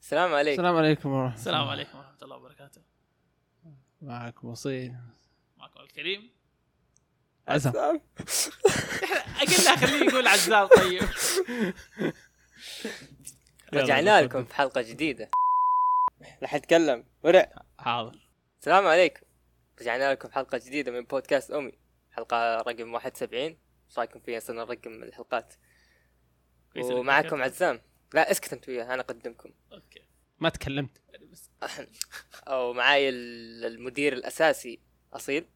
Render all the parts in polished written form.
السلام عليكم. السلام عليكم ورحمة السلام عليكم ورحمة الله وبركاته. معكم وصيل، معكم الكريم عزام. أقل خليه يقول عزام. طيب رجعنا لكم في حلقة جديدة. رح أتكلم ورع. حاضر. السلام عليكم. رجعنا لكم في حلقة جديدة من بودكاست أمي، حلقة رقم 71. ايش رايكم فيها؟ صرنا نرقم الحلقات. ومعكم عزام. لا اسكت انت وياه، انا اقدمكم. اوكي ما تكلمت. او معاي المدير الاساسي اصيل.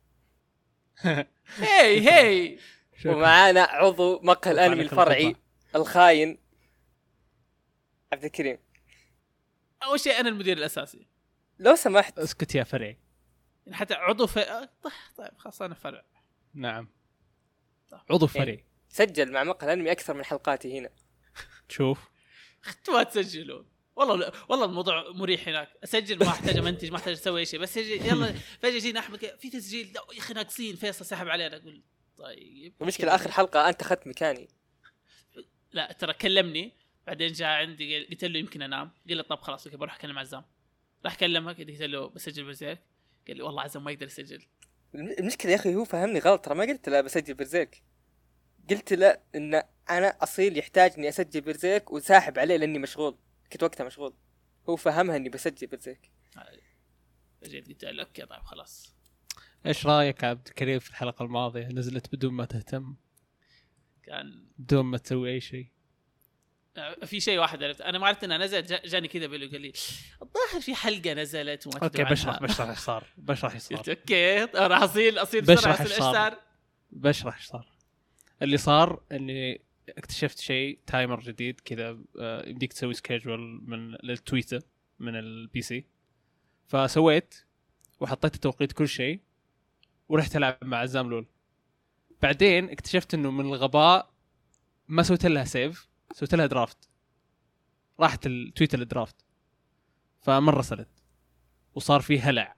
هي ومعانا عضو مقهى الانمي الفرعي الخاين عبد الكريم. اول شيء انا المدير الاساسي، لو سمحت اسكت يا فرعي. حتى عضو طيب خلاص انا فرع. نعم عضو فرعي. سجل مع مقهى الانمي اكثر من حلقاتي هنا. شوف ما تسجلون والله الموضوع مريح هناك. اسجل ما احتاج امنتج، ما احتاج اسوي شيء، بس يلا فجاه جينا احمد في تسجيل يا اخي ناقصين، فيصل سحب علينا. اقول طيب المشكله اخر حلقه انت اخذت مكاني. لا ترى كلمني بعدين جاء عندي قلت له يمكن انام، قال لي طب خلاص اوكي بروح اكلم عزام. راح كلمك قلت له بسجل برزيرك، قال لي والله عزام ما يقدر يسجل. المشكله يا اخي هو فهمني غلط، ترى ما قلت له بسجل برزيرك، قلت له ان انا اصيل يحتاج اني اسجل برزيرك وساحب عليه لاني مشغول، كنت وقتها مشغول. هو فهمها اني بسجل برزيرك. جيت قلت له اوكي طيب خلاص. ايش رايك عبد الكريم في الحلقه الماضيه؟ نزلت بدون ما تهتم، كان بدون ما تسوي اي شيء. في شيء واحد عرفت، انا ما عرفت انها نزلت. جاني كذا بيقول لي الظاهر في حلقه نزلت وما اوكي بشرح ايش صار. اوكي راح اصيل بشرح ايش صار. اللي صار اني اكتشفت شيء، تايمر جديد كذا يمديك تسوي سكيجول من للتويتر من البي سي. فسويت وحطيت توقيت كل شيء ورحت العب مع عزام لول. بعدين اكتشفت انه من الغباء ما سويت لها سيف، سويت لها درافت، راحت التويتر الدرافت فمره سلت وصار فيه هلع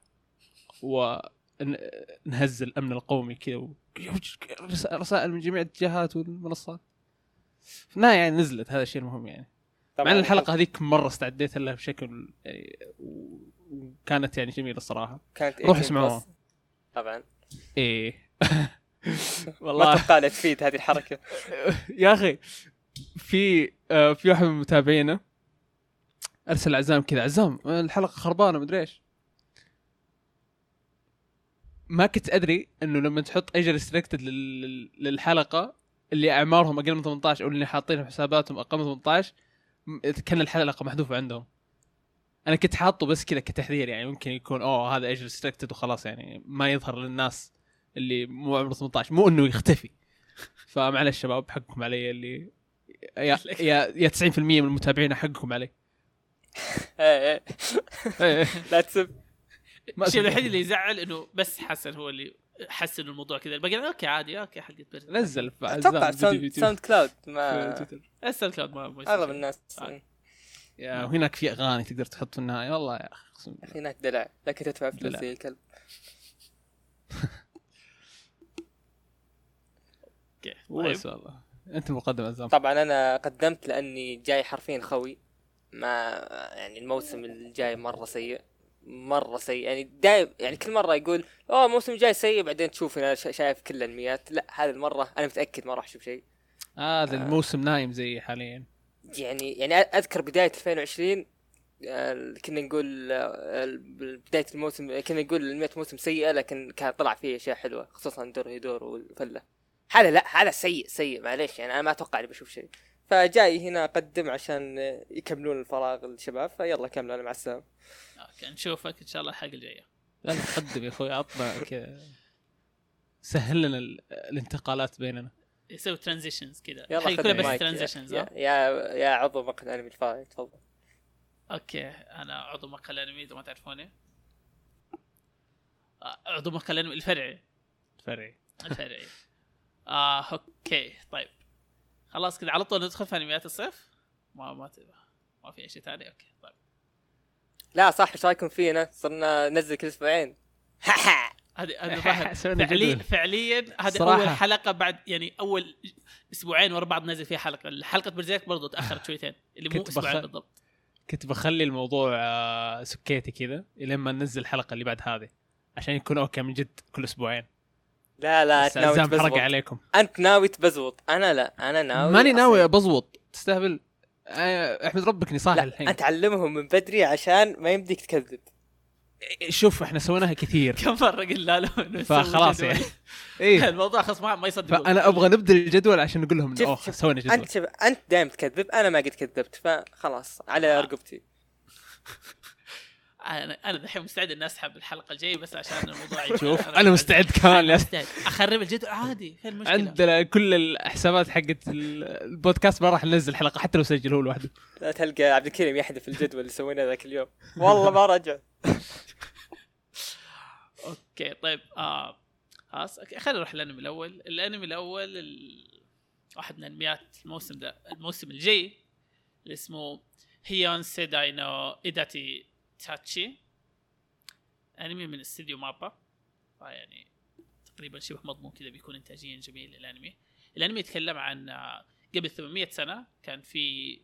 ونهز الامن القومي كذا، رسائل من جميع الجهات والمنصات. فنا يعني نزلت، هذا الشيء المهم يعني. مع الحلقه هذيك مره استعديت لها بشكل يعني وكانت يعني جميله الصراحه. روح اسمعوها طبعا. ايه والله ما اتوقع تفيد هذه الحركه يا اخي. في واحد من متابعينا ارسل عزام كذا، عزام الحلقه خربانه مدري ايش. ما كنت ادري انه لما تحط ايج ريستريكتد للحلقه اللي اعمارهم اقل من 18 او اللي حاطين حساباتهم اقل من 18 كان الحلقه محذوفه عندهم. انا كنت حاطه بس كذا كتحذير، يعني ممكن يكون هذا ايج ريستريكتد وخلاص، يعني ما يظهر للناس اللي مو عمره 18، مو انه يختفي. فمعلش شباب حقكم علي، اللي يا 90% من المتابعين حقكم علي. لا تسب. الشيء الوحيد اللي يزعل انه بس حسن هو اللي حسن الموضوع كذا، الباقي اوكي عادي. اوكي حقت نزل اتوقع ساوند كلاود ما الساوند كلاود ما اغلب الناس يا وهناك في اغاني تقدر تحط في النهايه. والله يا اخي هناك دلع، لكن تدفع فلوس زي الكلب. اوكي بس والله انت المقدم عزام. طبعا انا قدمت لاني جاي حرفيا خوي، ما يعني الموسم الجاي مره سيء يعني دايم، يعني كل مره يقول الموسم الجاي سيء، بعدين تشوف انا شايف كل الانميات. لا هذه المره انا متاكد ما راح اشوف شيء. هذا الموسم نايم زي حاليا. يعني اذكر بدايه 2020 كنا نقول بدايه الموسم كنا نقول الانميات موسم سيئه، لكن كان طلع فيه اشياء حلوه، خصوصا دور والفله. هذا لا، هذا سيء معليش، يعني انا ما اتوقع اني بشوف شيء. فجاي هنا اقدم عشان يكملون الفراغ الشباب، فيلا كمل انا مع السلامه. اوكي نشوفك ان شاء الله الحلقه الجايه. لا تقدم يا اخوي، عطنا كذا، سهل لنا الانتقالات بيننا، يسوي ترانزيشنز كذا. يلا كله بس ترانزيشنز. يا عضو مقهى الانمي الفرعي تفضل. اوكي انا عضو مقهى الانمي، اذا ما تعرفوني عضو مقهى الانمي الفرعي. اوكي طيب خلاص كذا على طول ندخل في انميات الصيف. ما في شيء ثاني. اوكي طيب لا صح، ايش رايكم فينا؟ صرنا ننزل كل اسبوعين. هذه فعليا هذه اول حلقه بعد، يعني اول اسبوعين ورا بعض نزل فيها حلقه. الحلقه برزيرك برضو تاخرت شويتين، اللي مو اسبوعين بالضبط. كنت بخلي الموضوع سكيتي كذا لما ننزل الحلقه اللي بعد هذه عشان يكون اوكي من جد كل اسبوعين. لا بس انت ناوي الزام حرق تبزوط. عليكم. انت ناوي تبزوط، انا لا، انا ناوي ماني ناوي أصير. بزوط تستهبل. احمد ربك اني صاحي لا الحين. انت علمهم من بدري عشان ما يمديك تكذب. شوف احنا سويناها كثير كم مره قلنا له إنه نسوي فخلاص جدول. يعني. ايه الموضوع خلاص ما يصدقون. فانا ابغى نبدا الجدول عشان نقول لهم شوف- اوه شوف، سوينا جدول. انت دائما تكذب، انا ما قد كذبت، فخلاص على رقبتي. انا الحين مستعد اني اسحب الحلقه الجايه بس عشان الموضوع يجي. شوف انا مستعد كمان مستعد اخرب الجدول عادي، فين المشكله؟ عندنا كل الحسابات حقت البودكاست ما راح ننزل حلقه حتى لو سجله لوحده. لا تلقى عبد الكريم يحذف الجدول اللي سويناه ذاك اليوم، والله ما رجع. اوكي طيب خلاص خلينا نروح الانمي الاول. واحد من انميات الموسم ده، الموسم الجاي، اللي اسمه هيون سيداي نو ايداتي تاتشي، انمي من استديو مابا. يعني تقريبا شبه مضمون كذا بيكون انتاجيا جميل. الانمي يتكلم عن قبل 800 سنه كان في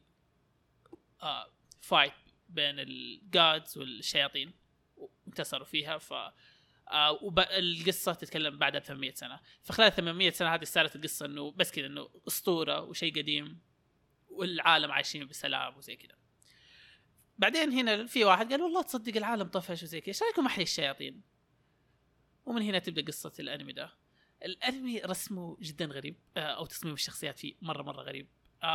فايت بين الجادز والشياطين وانتصروا فيها. القصة تتكلم بعد 800 سنة. فخلال 800 سنة هذه صارت القصة انه بس كذا انه اسطورة وشيء قديم والعالم عايشين بسلام وزي كذا. بعدين هنا في واحد قال والله تصدق العالم طفش وزي كذا، ايش رايكم احيي الشياطين؟ ومن هنا تبدا قصة الانمي ده. الانمي رسمه جدا غريب، او تصميم الشخصيات فيه مرة غريب.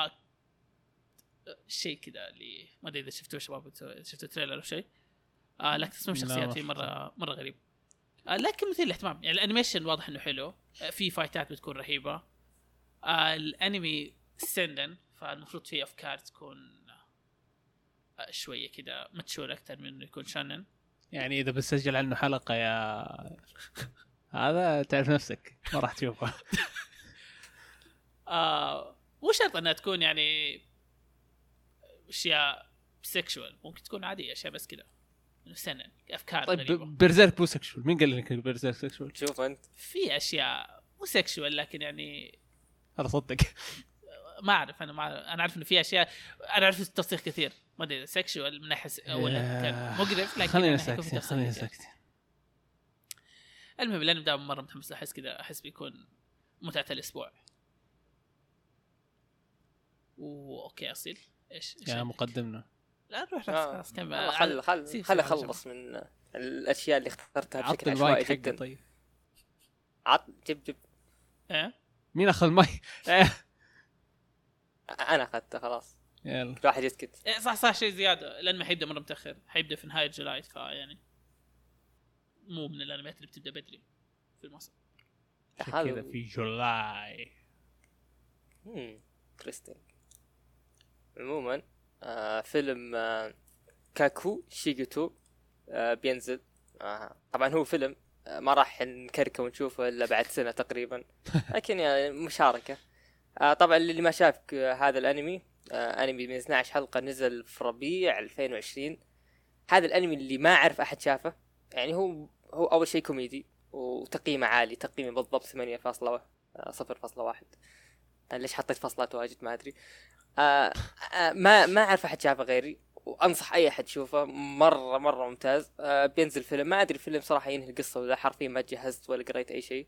شيء كذا اللي ما ادري اذا شفتوه شباب، شفتوا تريلر او شيء. لكن تصميم الشخصيات فيه مرة غريب، لكن مثير للاهتمام. يعني الانيميشن واضح انه حلو، في فايتات بتكون رهيبة. الانمي سندن، فالمفروض فيه افكار تكون شوية كذا متشور اكثر من انه يكون شانن. يعني اذا بسجل عنه حلقه يا هذا تعرف نفسك ما راح تشوفها. مو شرط انها تكون يعني اشياء سيكشوال، ممكن تكون عادية اشياء بس كذا انه سنن افكار طيب غريبة. برزيرك مو سكشوال، مين قال لك برزيرك سكشوال؟ شوف انت في اشياء مو سيكشوال لكن يعني هذا صدق. ما اعرف. انا اعرف انه في اشياء، انا اعرف التفسير كثير، ما ادري سيكشوال من ناحيه ولا كان مقرف، لكن خلينا من ناحية ساكتين في خلينا تفسير كثير. ساكتين. المهم الانمي ده مره متحمس له، احس كذا احس بيكون متعه الاسبوع. اوكي اصيل ايش يا عندك؟ مقدمنا لا نروح خلاص كمل. خل اخلص من الاشياء اللي اخترتها عط بشكل المايك عشوائي حقه. جدا. طيب جيب ايه مين اخذ المايك؟ انا اخذته خلاص، يلا الواحد يسكت. إيه صح شيء زياده. الانمي حيبدا مره متاخر، حيبدا في نهايه جولاي، فيعني مو من الانميات اللي بتبدا بدري في الموسم. كذا في جولاي. انترستينج. عموما فيلم كاكو شيجوتو بينزل. طبعا هو فيلم ما راح نكركه ونشوفه الا بعد سنه تقريبا، لكن يعني مشاركه. طبعا اللي ما شاف هذا الانمي، انمي من 12 حلقه نزل في ربيع 2020. هذا الانمي اللي ما اعرف احد شافه. يعني هو اول شيء كوميدي وتقييمه عالي، تقييمه بالضبط 8.0.1. ليش حطيت فاصلات واجد ما ادري. ما اعرف احد شافه غيري، وانصح اي احد يشوفه، مره ممتاز. بينزل فيلم، ما ادري الفيلم صراحه ينهي القصه ولا، حرفيا ما جهزت ولا قريت اي شيء.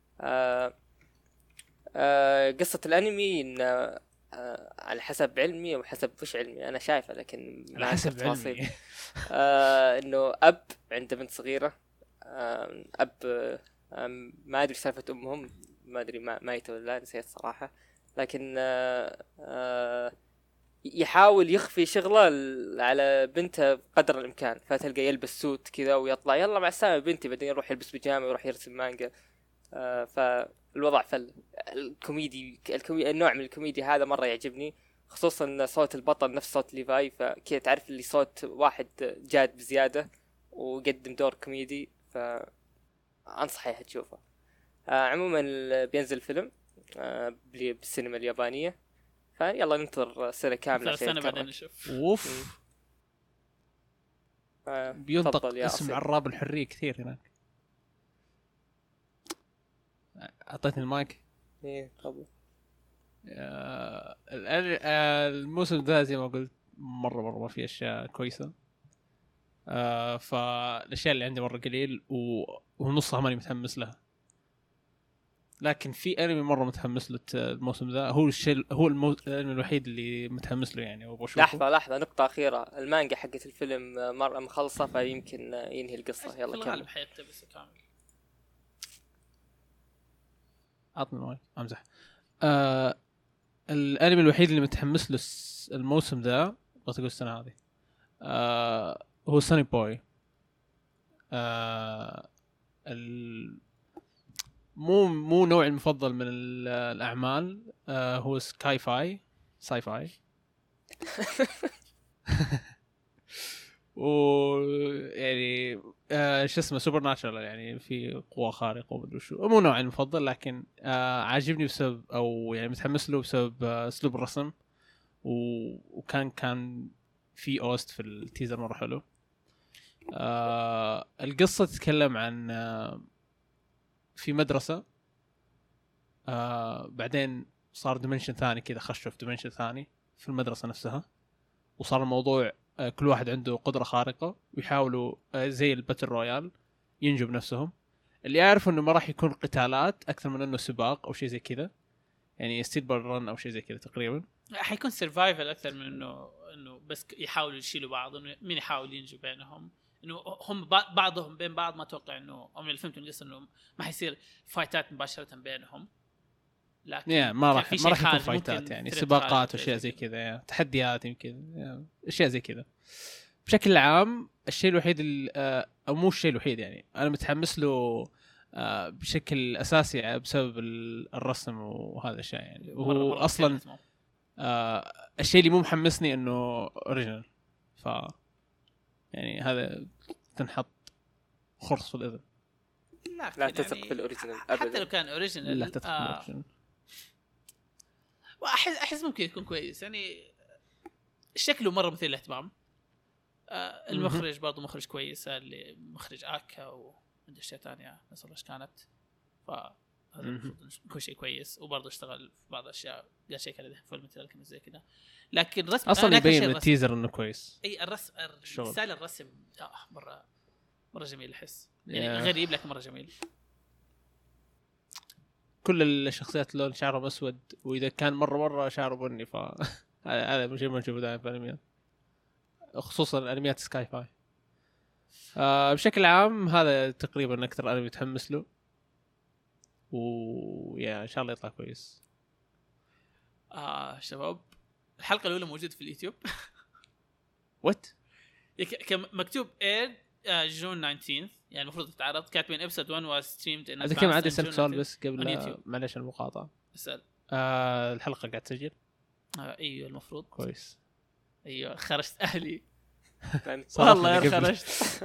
قصه الانمي ان على حسب علمي او حسب وش علمي انا شايفه، لكن على حسب علمي. انه اب عنده بنت صغيره. اب ما ادري سالفه امهم، ما ادري مايته ولا لا، نسيت صراحه. لكن يحاول يخفي شغله على بنته بقدر الامكان، فتلقى يلبس سوت كذا ويطلع يلا مع السلامه بنتي، بعدين يروح يلبس بيجامه ويروح يرسم مانجا. فالوضع الكوميدي النوع من الكوميديا هذا مره يعجبني، خصوصا صوت البطل نفس صوت ليفاي، فكذا تعرف اللي صوت واحد جاد بزياده وقدم دور كوميدي، فانصح اي احد تشوفه. عموما بينزل فيلم بالسينما اليابانيه، فيلا ننتظر سنه كامله عشان سنه بعدين نشوف. اوف بينطق اسم عراب الحريه كثير هناك. اعطيتني المايك. ايه طبعا. الموسم ذا زي ما قلت مرة ما في اشياء كويسة. فالاشياء اللي عندي مرة قليل ونصها ماني متحمس لها. لكن في انمي مرة متحمس له الموسم ذا، هو الانمي الوحيد اللي متحمس له يعني، وابغى اشوفه. لحظة نقطة أخيرة، المانجا حقت الفيلم مرة مخلصة، فيمكن ينهي القصة. في يلا كمل. الغالب حيقتبس كامل. عطني المايك امزح. الانمي الوحيد اللي متحمس له الموسم ذا، بغيت اقول السنة هذه، هو ساني بوي. مو نوعي المفضل من الأعمال. هو ساي فاي يعني شو اسمه سوبر ناتشرال، يعني في قوة خارقة ومدري شو. مو نوعي المفضل، لكن عاجبني بسبب، أو يعني متحمس له بسبب أسلوب الرسم، وكان في أوست في التيزر مرة حلو. القصة تتكلم عن في مدرسة، بعدين صار ديمنشن ثاني كذا، خشوا في ديمنشن ثاني في المدرسة نفسها، وصار الموضوع كل واحد عنده قدرة خارقة، ويحاولوا زي الباتل رويال ينجوا بنفسهم. اللي أعرف إنه ما راح يكون قتالات أكثر من إنه سباق أو شيء زي كذا، يعني ستيل رن أو شيء زي كذا تقريبا. حيكون سيرفايفل اكثر من انه بس يحاولوا يشيلوا بعض، انه مين يحاول ينجو بينهم، انه هم بعضهم بين بعض. ما اتوقع انه اللي فهمت من القصه انه ما حيصير فايتات مباشره بينهم، لكن ما راح يكون خارج، فايتات، يعني سباقات واشياء زي كذا، تحديات يمكن، اشياء زي كذا. بشكل عام الشيء الوحيد او مو الشيء الوحيد، يعني انا متحمس له بشكل اساسي بسبب الرسم وهذا الشيء، يعني وهو اصلا الشيء اللي مو محمسني انه اوريجينال، يعني هذا تنحط خرص في الاذن. لا تثق يعني في الاوريجينال ابدا، حتى لو كان اوريجينال لا تثق في الاوريجينال. واحس ممكن يكون كويس، يعني شكله مره مثير للاهتمام. المخرج برضو مخرج كويس، اللي مخرج آكا وعنده اشياء ثانيه نسى ايش كانت، فهذا كل شيء كويس. وبرضه اشتغل في بعض الاشياء، قال شيء كذا فول مثل كم زي كذا، لكن رسم اصلا يبين من التيزر انه كويس. اي الرسم ستايل الرسم مره جميل، احس يعني غريب لكن مره جميل. كل الشخصيات لون شعرهم اسود، واذا كان مره شعره بني، هذا مش شيء ما نشوفه دائما في الانميات، خصوصا انميات سكاي فاي. بشكل عام هذا تقريبا اكثر انمي متحمس له، ويا ان شاء الله يطلع كويس. شباب، الحلقه الاولى موجوده في اليوتيوب. وات مكتوب اير جون 19، يعني المفروض تتعرض. كاتبين ابسود 1 واز ستريمد ان هذا كم عاد اسالك سؤال بس قبل، معلش المقاطعه. اسال. الحلقه قاعد تسجل؟ ايوه المفروض. كويس. ايوه خرجت اهلي والله خرجت.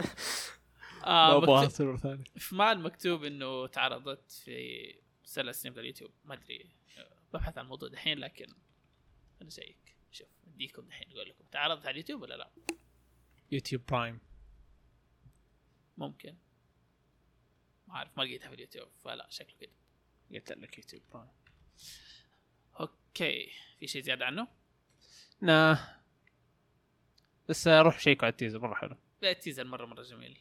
ابغى صور ثاني. في مال مكتوب انه تعرضت في سلسله ستريم اليوتيوب، ما ادري ببحث عن الموضوع دحين، لكن انا زيك شوف اديكم دحين اقول لكم تعرضت على اليوتيوب ولا لا. يوتيوب برايم ممكن، ما اعرف، ما لقيتها في اليوتيوب، فلا شكله كده. قلت لك يوتيوب برايم. اوكي، في شيء زياده عنه؟ بس اروح شيكوا على التيزر، مره حلو. التيزر مره جميل.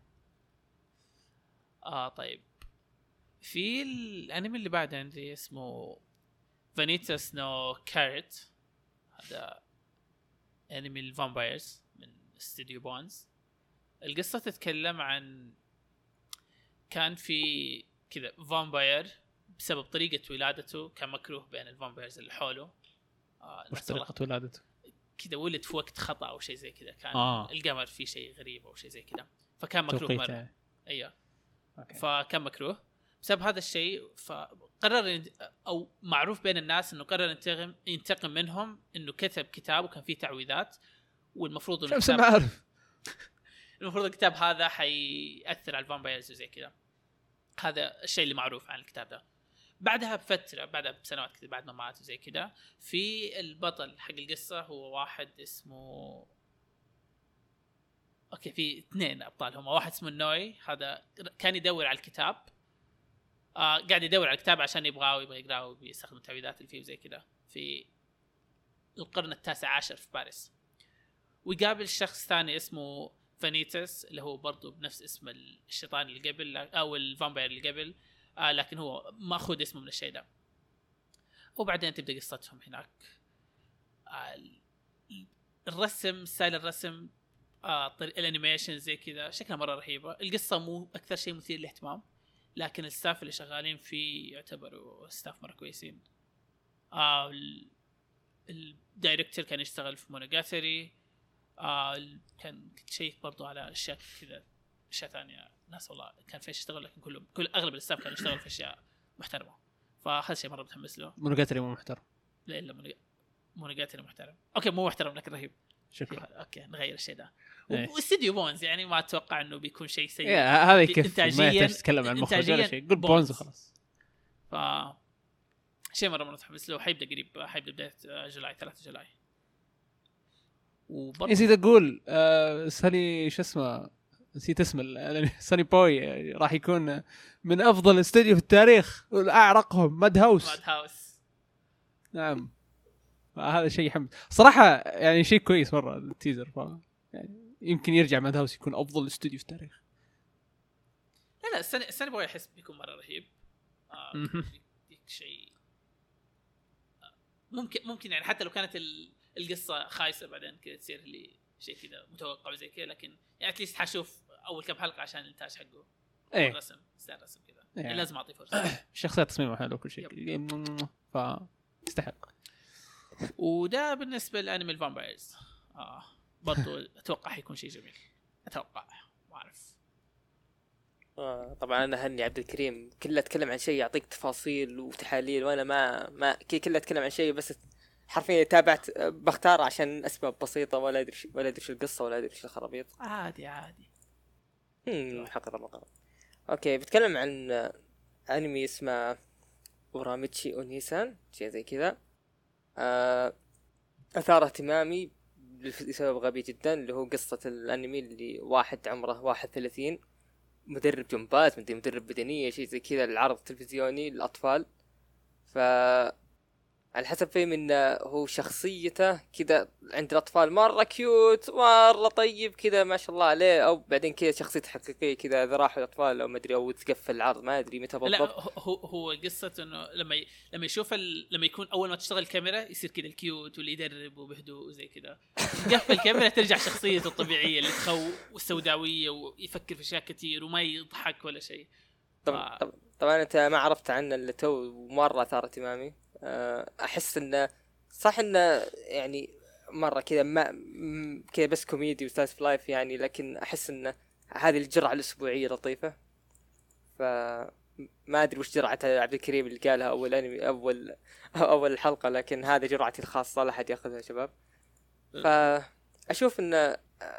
طيب، في الانمي اللي بعد عندي اسمه فانيتا سنو كارت. هذا انمي الفامبايرز من استوديو بونز. القصه تتكلم عن كان في كذا فامباير بسبب طريقه ولادته كان مكروه بين الفامبايرز اللي حوله. وش طريقه ولادته؟ كذا ولد في وقت خطا او شيء زي كذا، كان القمر فيه شيء غريب او شيء زي كذا، فكان مكروه مره. ايوه فكان مكروه بسبب هذا الشيء. فقرر او معروف بين الناس انه قرر ينتقم منهم، انه كتب كتاب وكان فيه تعويذات، والمفروض انه المفروض الكتاب هذا حيأثر على الفامبايرز وزي كذا. هذا الشيء اللي معروف عن الكتاب ده. بعدها بفترة، بعدها بسنوات كذا، بعد ما مات وزي كذا، في البطل حق القصة هو واحد اسمه في 2 أبطال. هم واحد اسمه نوي، هذا كان يدور على الكتاب، قاعد يدور على الكتاب عشان يبغى يقرأه ويستخدم التعويذات اللي فيه وزي كذا، في القرن 19 في باريس. ويقابل شخص ثاني اسمه فانيتس اللي هو برضو بنفس اسم الشيطان اللي قبل او الفامباير اللي قبل، لكن هو ماخذ اسمه من الشيء ده. وبعدين تبدا قصتهم هناك. الرسم ستايل الرسم الانيميشن زي كذا شكلها مره رهيبه. القصه مو اكثر شيء مثير للاهتمام، لكن الستاف اللي شغالين فيه يعتبروا ستاف مره كويسين. الدايركتور كان يشتغل في مونوجاتري، كان شيء برضو على اشياء كذا، اشياء ثانيه ناس والله كان فيش يشتغل، لكن كل اغلب الستاف كان يشتغل في اشياء محترمه. فهذا شيء مره متحمس له. مونوجاتري مو محترم، لا الا مونوجاتري محترم. اوكي مو محترم لكن رهيب. شكرا. اوكي نغير الشيء ده. واستديو بونز يعني ما اتوقع انه بيكون شيء سيء. هذا يكفي، ما انتاجيا يحتاج تتكلم عن مخرج ولا شيء، قول بونز وخلاص. ف شيء مره متحمس له. حيبدا قريب، حيبدا بدايه جولاي 3 جولاي. نسيت اقول ساني شو اسمه، نسيت اسمه ساني بوي راح يكون من افضل استوديو في التاريخ والاعرقهم ماد هاوس. نعم هذا شيء يحمس صراحه، يعني شيء كويس مره التيزر. يعني يمكن يرجع ماد هاوس يكون افضل استوديو في التاريخ. لا ساني بوي احس بيكون مره رهيب. شيء ممكن يعني حتى لو كانت القصه خايسه بعدين كذا تصير لي شيء كذا متوقع وزي كذا، لكن يعني اتليست حشوف اول كم حلقه عشان الانتاج حقه. الرسم ستايل الرسم كذا يعني لازم اعطيه فرصه. الشخصيات تصميمها حلو وكل شيء يستحق. وده بالنسبه لانمي الفامبايرز. برضو اتوقع حيكون شيء جميل، اتوقع ما اعرف. طبعا انا هني عبد الكريم كله اتكلم عن شيء يعطيك تفاصيل وتحاليل، وانا ما كله اتكلم عن شيء بس حرفيا تابعت بختار عشان اسباب بسيطه، ولا ادري شو القصه ولا ادري شو الخرابيط. عادي حق الله. اوكي بتكلم عن انمي اسمه اوراميتشي اونيسان شيء زي كذا. اثار اهتمامي لسبب غبي جدا، اللي هو قصه الانمي اللي واحد عمره 31 مدرب جمباز مدرب بدنيه شيء زي كذا للعرض التلفزيوني للاطفال. ف على حسب فهم انه هو شخصيته كذا عند الاطفال مره كيوت مره طيب كذا ما شاء الله عليه، او بعدين كذا شخصيته حقيقيه كذا اذا راحوا الاطفال او ما ادري او تقفل العرض ما ادري متى بالضبط. لا هو قصه انه لما يشوف لما يكون اول ما تشتغل الكاميرا يصير كذا الكيوت واللي يدرب وبهدوء وزي كذا، يقفل الكاميرا ترجع شخصيته الطبيعيه اللي والسوداويه ويفكر في اشياء كثير وما يضحك ولا شيء. طبعا انت ما عرفت عنه اللي تو مره اثار اهتمامي. احس انه صح انه يعني مره كذا ما كذا بس كوميدي وستايل لايف يعني، لكن احس انه هذه الجرعه الاسبوعيه لطيفه. فما ادري وش جرعه عبد الكريم اللي قالها اول انمي اول حلقه، لكن هذه جرعتي الخاصه لا احد ياخذها يا شباب. فاشوف انه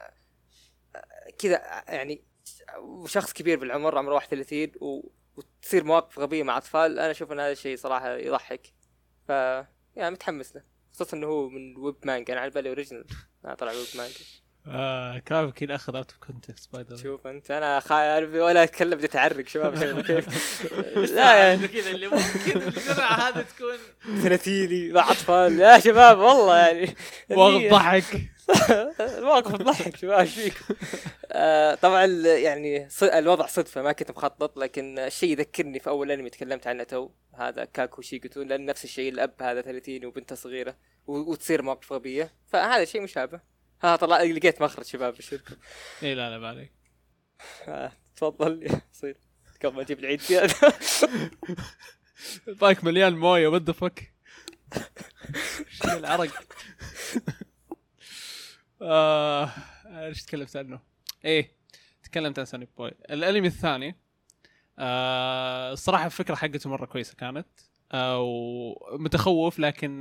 كذا يعني شخص كبير بالعمر عمره 31 وتصير مواقف غبيه مع اطفال، انا اشوف ان هذا الشيء صراحه يضحك. ف يعني متحمس له، خصوصا انه هو من ويب مانجا، انا على بالي اوريجينال طلع ويب مانجا. كلام كذا اخذ اوت اوف كونتكست باي ذا. شوف انت انا خايف ولا اتكلم بدي اتعرق شباب لا يعني كذا اللي ممكن الجرعه هذا تكون 30 مع اطفال يا شباب والله يعني واقف ضحك واقف ضحك شباب فيك. طبعا يعني الوضع صدفه ما كنت مخطط، لكن الشيء يذكرني في اول انمي تكلمت عنه تو هذا كاكو شيغوتون، لان نفس الشيء الاب هذا 30 وبنته صغيره وتصير مواقف غبيه، فهذا شيء مشابه. طلع لقيت مخرج شباب بشركم. اي لا ما عليك. تفضل صير قبل ما اجيب العيد زياده. باك مليان مويه ودفك شيء العرق. ايش تكلمت عنه؟ ايه تكلمت عن ساني بوي. الانمي الثاني الصراحه الفكره حقته مره كويسه كانت، ومتخوف لكن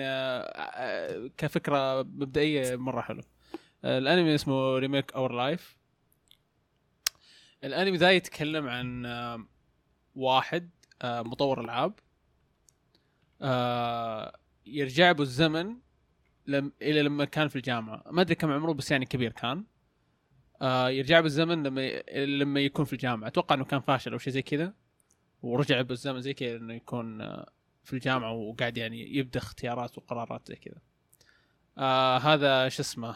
كفكره مبدئيه مره حلو. الانمي اسمه ريميك اور لايف. الانمي ذا يتكلم عن واحد مطور العاب يرجع به الزمن الى لما كان في الجامعه، ما ادري كم عمره بس يعني كبير كان. يرجع بالزمن لما يكون في الجامعه، اتوقع انه كان فاشل او شيء زي كذا، ورجع بالزمن زي كذا انه يكون في الجامعه وقاعد يعني يبدا اختيارات وقرارات زي كذا. هذا شو اسمه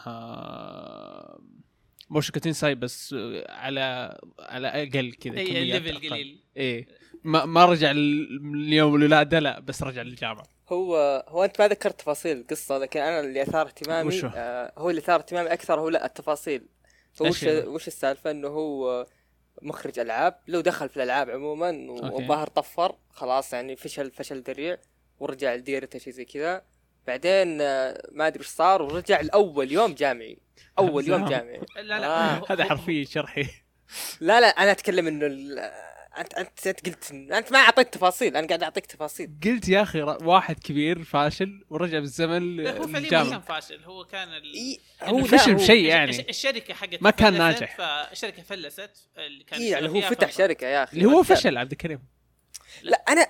موشن كاتينساي بس على اقل كذا اي كميات الليفل أقل. قليل. ايه ما رجع اليوم الولاده لا بس رجع للجامعه. هو انت ما ذكرت تفاصيل القصه، لكن انا اللي اثار اهتمامي هو اللي اثار اهتمامي اكثر هو لا التفاصيل. وش السالفه انه هو مخرج العاب، لو دخل في الالعاب عموما والظاهر طفر خلاص يعني فشل ذريع ورجع لديرته شيء زي كذا. بعدين ما ادري ايش صار ورجع الاول يوم جامعي. اول يوم جامعي لا هذا حرفيا شرحي. لا انا اتكلم انه انت قلت انت ما اعطيت تفاصيل، انا قاعد اعطيك تفاصيل. قلت يا اخي واحد كبير فاشل ورجع بالزمن هو فعليا للجامعه. كان فاشل، هو كان هو فشل بشيء يعني الشركه حقت ما كان ناجح، فالشركه فلست اللي كان يعني هو فتح شركه يا اخي اللي هو فشل عبد الكريم. لا انا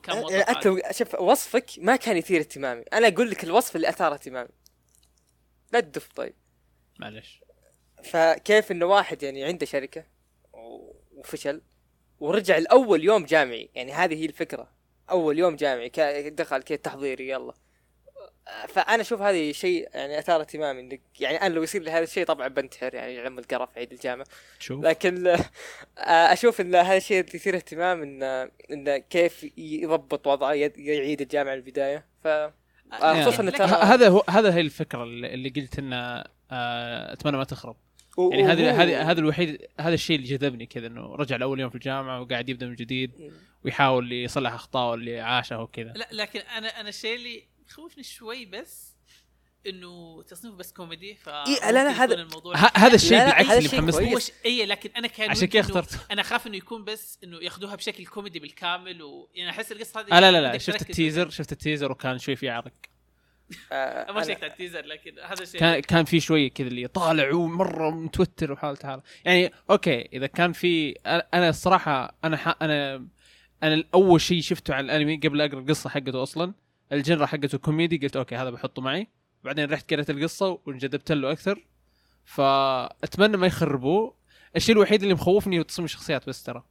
شوف وصفك ما كان يثير اهتمامي، انا اقول لك الوصف اللي اثار اهتمامي. لا تدف طيب معلش. فكيف انه واحد يعني عنده شركه وفشل ورجع الاول يوم جامعي، يعني هذه هي الفكره، اول يوم جامعي دخل كذا تحضيري يلا. فانا اشوف هذه شيء يعني اثار اهتمامي، انك يعني انا لو يصير لي هذا الشيء طبعا بنتحر يعني لما القرف عيد الجامعه. لكن اشوف ان هذا الشيء يثير اهتمام ان كيف يضبط وضعه يعيد الجامعه من البدايه. خصوصا هذا هي الفكره اللي قلت انه اتمنى ما تخرب. يعني هذا الوحيد، هذا الشيء اللي جذبني كذا، انه رجع لاول يوم في الجامعه وقاعد يبدا من جديد ويحاول يصلح اخطاءه اللي عاشها وكذا. لا لكن انا الشيء اللي يخوفني شوي بس انه تصنيفه بس كوميدي. لا هذا الشيء بالعكس اللي محمسني. لكن انا كان عشان كذا اخترت. انا خاف انه يكون بس انه ياخذوها بشكل كوميدي بالكامل، ويعني احس القصه هذه لا شفت التيزر وكان شوي في عرق. ما شفت التيزر، لكن هذا الشيء كان في شويه كذا اللي طالع ومره متوتر وحالته يعني اوكي. اذا كان في انا الصراحه انا اول شيء شفته على الانمي قبل اقرا القصه حقته اصلا الجنرا حقته كوميدي، قلت اوكي هذا بحطه معي. بعدين رحت قرأت القصه وانجذبت له اكثر، فاتمنى ما يخربوه. الشيء الوحيد اللي مخوفني هو تصميم الشخصيات بس. ترى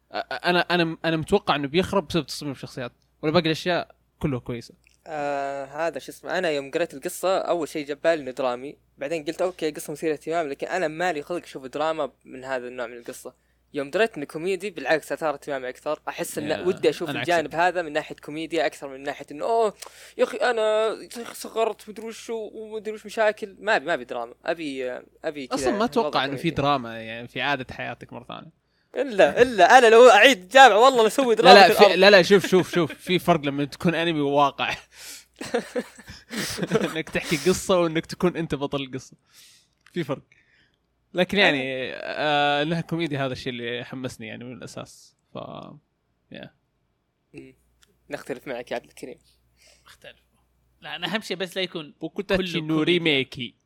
انا متوقع انه بيخرب بسبب تصميم الشخصيات، ولا باقي الاشياء كلها كويسه. هذا شو اسمه، انا يوم قرأت القصه اول شيء جبالي انه درامي، بعدين قلت اوكي قصه مثيره اهتمام، لكن انا مالي خلق اشوف دراما من هذا النوع من القصه. يوم دريت انه كوميدي بالعكس اثار اهتمامي اكثر. احس ان ودي اشوف الجانب هذا من ناحيه كوميديا اكثر من ناحيه انه يا اخي انا صغرت مدري وش ومدري وش مشاكل. ما ابي دراما، ابي كذا. اصلا ما اتوقع انه في دراما يعني في عاده حياتك مره ثانيه. الا انا لو اعيد الجامعه والله اسوي دراما. لا شوف في فرق لما تكون انمي وواقع. انك تحكي قصه وانك تكون انت بطل القصه، في فرق. لكن يعني انها كوميدي هذا الشيء اللي حمسني يعني من الاساس. نختلف معك يا عبد الكريم. اختلف. لا انا اهم شيء بس لا يكون وكوتاتشي نو ريميكي.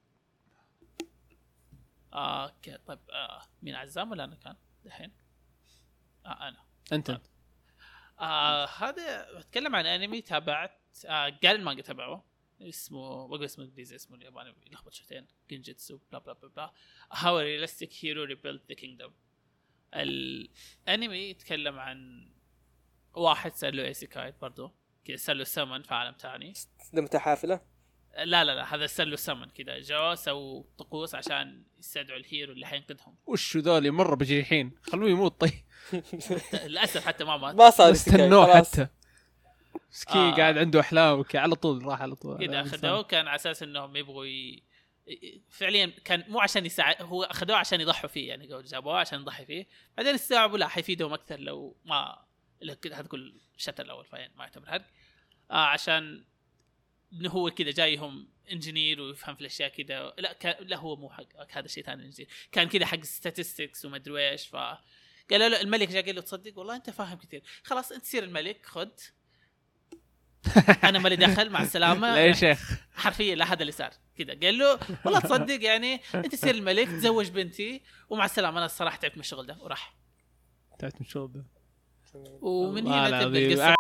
اوكي طيب مين عزام ولا انا كان الحين؟ انا انت هذا بتكلم عن انمي تابعت قال المانجا تبعه اسمه بقول اسمه انجليزي اسمه الياباني يلخبط شويتين جينجيتسو بلا بلا بلا How a Realistic Hero Rebuilt the Kingdom. الانمي يتكلم عن واحد صار له ايسيكاي برضو كذا، صار له سمن في عالم ثاني. متحافله؟ لا هذا صار له سمن كذا، جاوا سووا طقوس عشان يستدعوا الهيرو اللي حينقذهم. وش ذولي مره بجريحين، خلوه يموت. طيب للاسف حتى ما مات، ما صار استنوه حتى مسكين قاعد عنده احلام على طول راح على طول كذا. اخذوه كان على اساس انهم يبغوا فعليا كان مو عشان يساعد، هو اخذوه عشان يضحوا فيه، يعني قالوا جابوه عشان يضحي فيه. بعدين استوعبوا لا حيفيدهم اكثر لو ما هذا كل الشتر الاول فين ما يعتبر حرق. عشان انه هو كذا جايهم انجينير ويفهم في الاشياء كذا. لا هو مو حق هذا الشيء ثاني انجينير، كان كذا حق statistics وما ادري ايش. فقال له الملك جاء قال له تصدق والله انت فاهم كثير، خلاص انت تصير الملك، خذ انا مالي دخل مع السلامه. لا يا شيخ حرفيا لا هذا اللي صار كذا. قال له والله تصدق يعني انت تصير الملك تزوج بنتي ومع السلامه، انا الصراحه تعبت من الشغل ده وراح. تعبت من الشغل ده. ومن هنا تبدا القصه.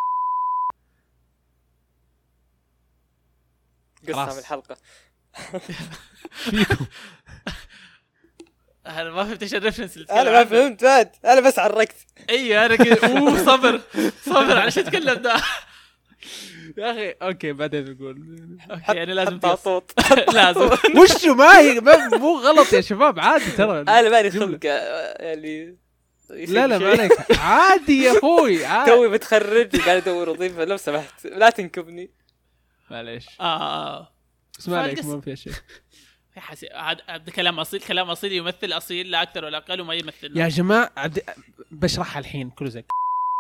قصه من الحلقه. انا ما فهمت ايش الريفرنس اللي انا ما فهمت بعد، انا بس عرقت. ايوه انا كذا صبر على شو اتكلم ده. يا اخي اوكي بعدين نقول اوكي يعني لازم حط صوت لازم وشو ما هي مو غلط يا شباب عادي ترى انا مالي خلق يعني لا ما عليك عادي يا اخوي عادي توي بتخرج وقاعد ادور وظيفه لو سمحت لا تنكبني معليش اسمع عليك ما في شيء هذا كلام اصيل كلام اصيل يمثل اصيل لا اكثر ولا اقل وما يمثل يا جماعه بشرحها الحين كله زي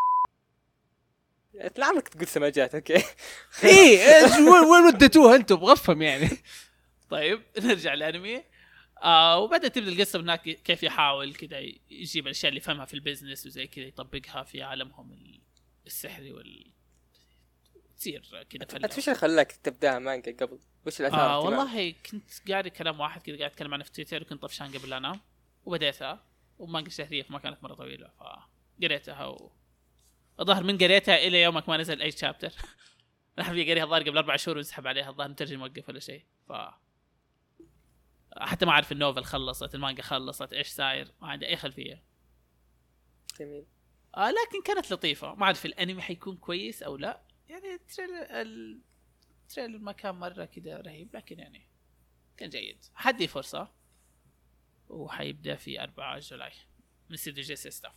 لا عمرك تقول سماجات اوكي ايه وين وديتوها انتم بغفهم يعني. طيب نرجع للانمي. وبدأت تبدأ القصة هناك كيف يحاول كذا يجيب الأشياء اللي فهمها في البيزنس وزي كذا يطبقها في عالمهم السحري تصير كذا فلة. انت وش اللي خلاك تبدأها مانجا قبل؟ وش الأثار؟ والله كنت قاعد كلام واحد كذا قاعد أتكلم عنه في تويتر وكنت طفشان قبل لا أنام وبديتها ومانجا شهرية فما كانت مرة طويلة فقريتها الظاهر من قريتها إلى يومك ما نزل أي شابتر. نحن قريتها الظاهر قبل 4 شهور ونسحب عليها الظاهر مترجم وقف ولا شيء حتى ما أعرف النوفل خلصت المانجا خلصت إيش صاير ما عندي أي خلفية. جميل. لكن كانت لطيفة ما أعرف الأنمي حيكون كويس أو لا يعني التريلر ما كان مرة كده رهيب لكن يعني كان جيد حدي فرصة وحيبدأ في 4 جولاي من استديو جي ستاف.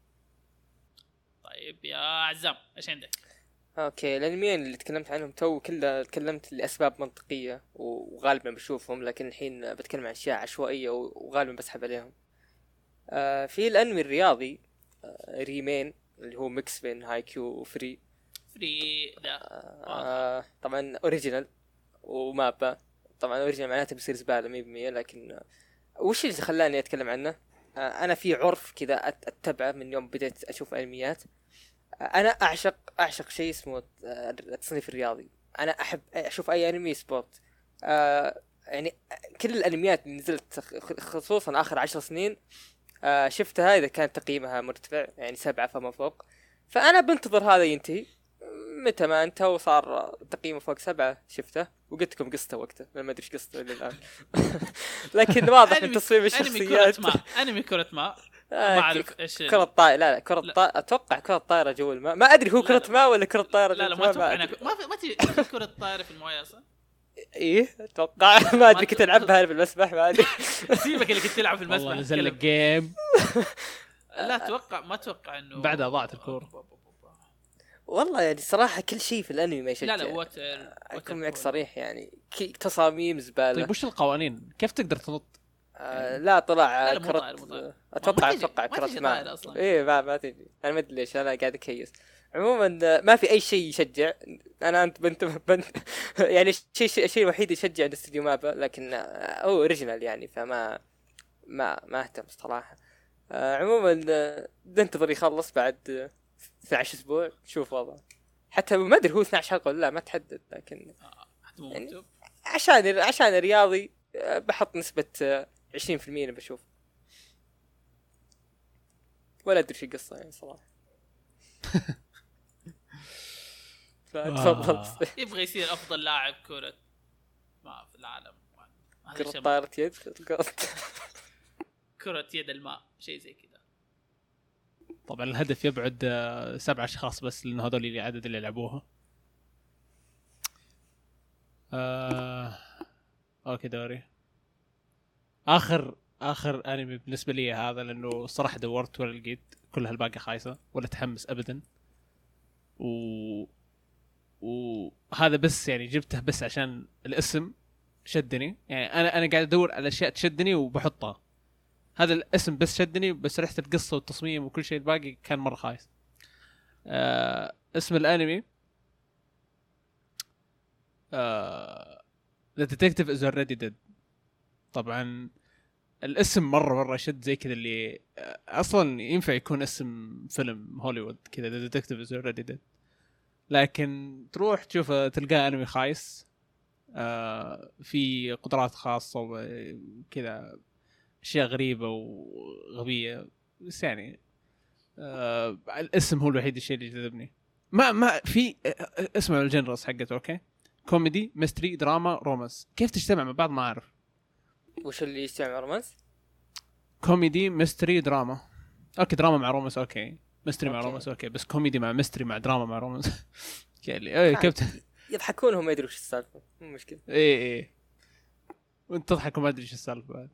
طيب يا عزام إيش عندك؟ اوكي الانميين اللي تكلمت عنهم كلها تكلمت لاسباب منطقيه وغالبا بشوفهم لكن الحين بتكلم عن اشياء عشوائيه وغالبا بسحب عليهم. في الانمي الرياضي ريمين اللي هو ميكس بين هاي كيو وفري ده طبعا اوريجينال ومابا. طبعا اوريجينال معناته بيصير زباله 100% لكن وش اللي خلاني اتكلم عنه؟ انا في عرف كذا اتبعه من يوم بديت اشوف انميات. انا اعشق شيء اسمه التصنيف الرياضي. انا احب اشوف اي انمي سبورت. يعني كل الانميات اللي نزلت خصوصا اخر 10 سنين شفتها اذا كان تقييمها مرتفع يعني 7 فما فوق فانا بنتظر هذا ينتهي. متى ما انتهى وصار تقييمه فوق 7 شفته وقلت لكم قصته وقته ما ادري ايش قصته الى الان. لكن واضح من تصميم الشخصيات انمي كرة ماء ما اعرف ايش كرة طائرة. لا كرة طائرة اتوقع كرة طائرة جو الماء ما ادري هو كرة ماء ولا كرة طائرة. لا ما اتوقع ما تجي كرة طائرة في المويه اصلا. ايه اتوقع ما ادري كنت العبها في المسبح ما ادري. سيبك اللي كنت تلعب في المسبح والله نزل لك جيم. لا اتوقع ما اتوقع انه بعدها ضاعت الكورة. والله يعني صراحة كل شيء في الانمي ما يشجع. لا اكون معك صريح يعني تصاميم زبالة. طيب وش القوانين كيف تقدر تنط؟ لا طلع كرة اتوقع كرة ماء. ايه ما تجي انا ما ادري ليش انا قاعد اكيس. عموما ما في اي شيء يشجع. انت بنت يعني الشيء الوحيد يشجع عند استديو مابا لكن هو اوريجينال يعني فما ما اهتم صراحة. عموما ننتظر يخلص بعد 12 اسبوع شوف وضعه. حتى ما ادري هو 12 حلقة ولا لا ما تحدد لكن يعني عشان رياضي بحط نسبة 20% بشوف ولا ادري شو القصة يعني صراحة. فتفضل. يبغى يصير افضل لاعب كرة ماء في العالم. كرة طائرة يد كرة يد الماء شيء زي كذا. طبعا الهدف يبعد 7 أشخاص بس لأنه هذول اللي عدد اللي يلعبوها. اوكي دوري اخر انمي بالنسبه لي هذا لانه الصراحه دورت ولا لقيت كل هالباقي خايسه ولا تحمس ابدا وهذا بس يعني جبته بس عشان الاسم شدني يعني انا قاعد ادور على اشياء تشدني وبحطها. هذا الاسم بس شدني بس رحت القصه والتصميم وكل شيء الباقي كان مره خايس. اسم الانمي The Detective is Already Dead. طبعا الاسم مرة شد زي كذا اللي أصلا ينفع يكون اسم فيلم هوليوود كذا The Detective is Already Dead لكن تروح تشوف تلقاه أنمي خايس في قدرات خاصة وكذا أشياء غريبة وغبية بس يعني الاسم هو الوحيد الشيء اللي جذبني. ما في اسمه الجنرس حقته أوكي كوميدي ميستري دراما رومانس كيف تجتمع مع بعض ما أعرف. وش اللي يجتمع مع رومانس؟ كوميدي ميستري دراما اوكي دراما مع رومانس اوكي ميستري مع رومانس اوكي بس كوميدي مع ميستري مع دراما مع رومانس قال لي ايه كابتن يضحكون هم ما يدروا ايش السالفه مو مشكله. ايه وانت تضحك وما ادري ايش السالفه بعد.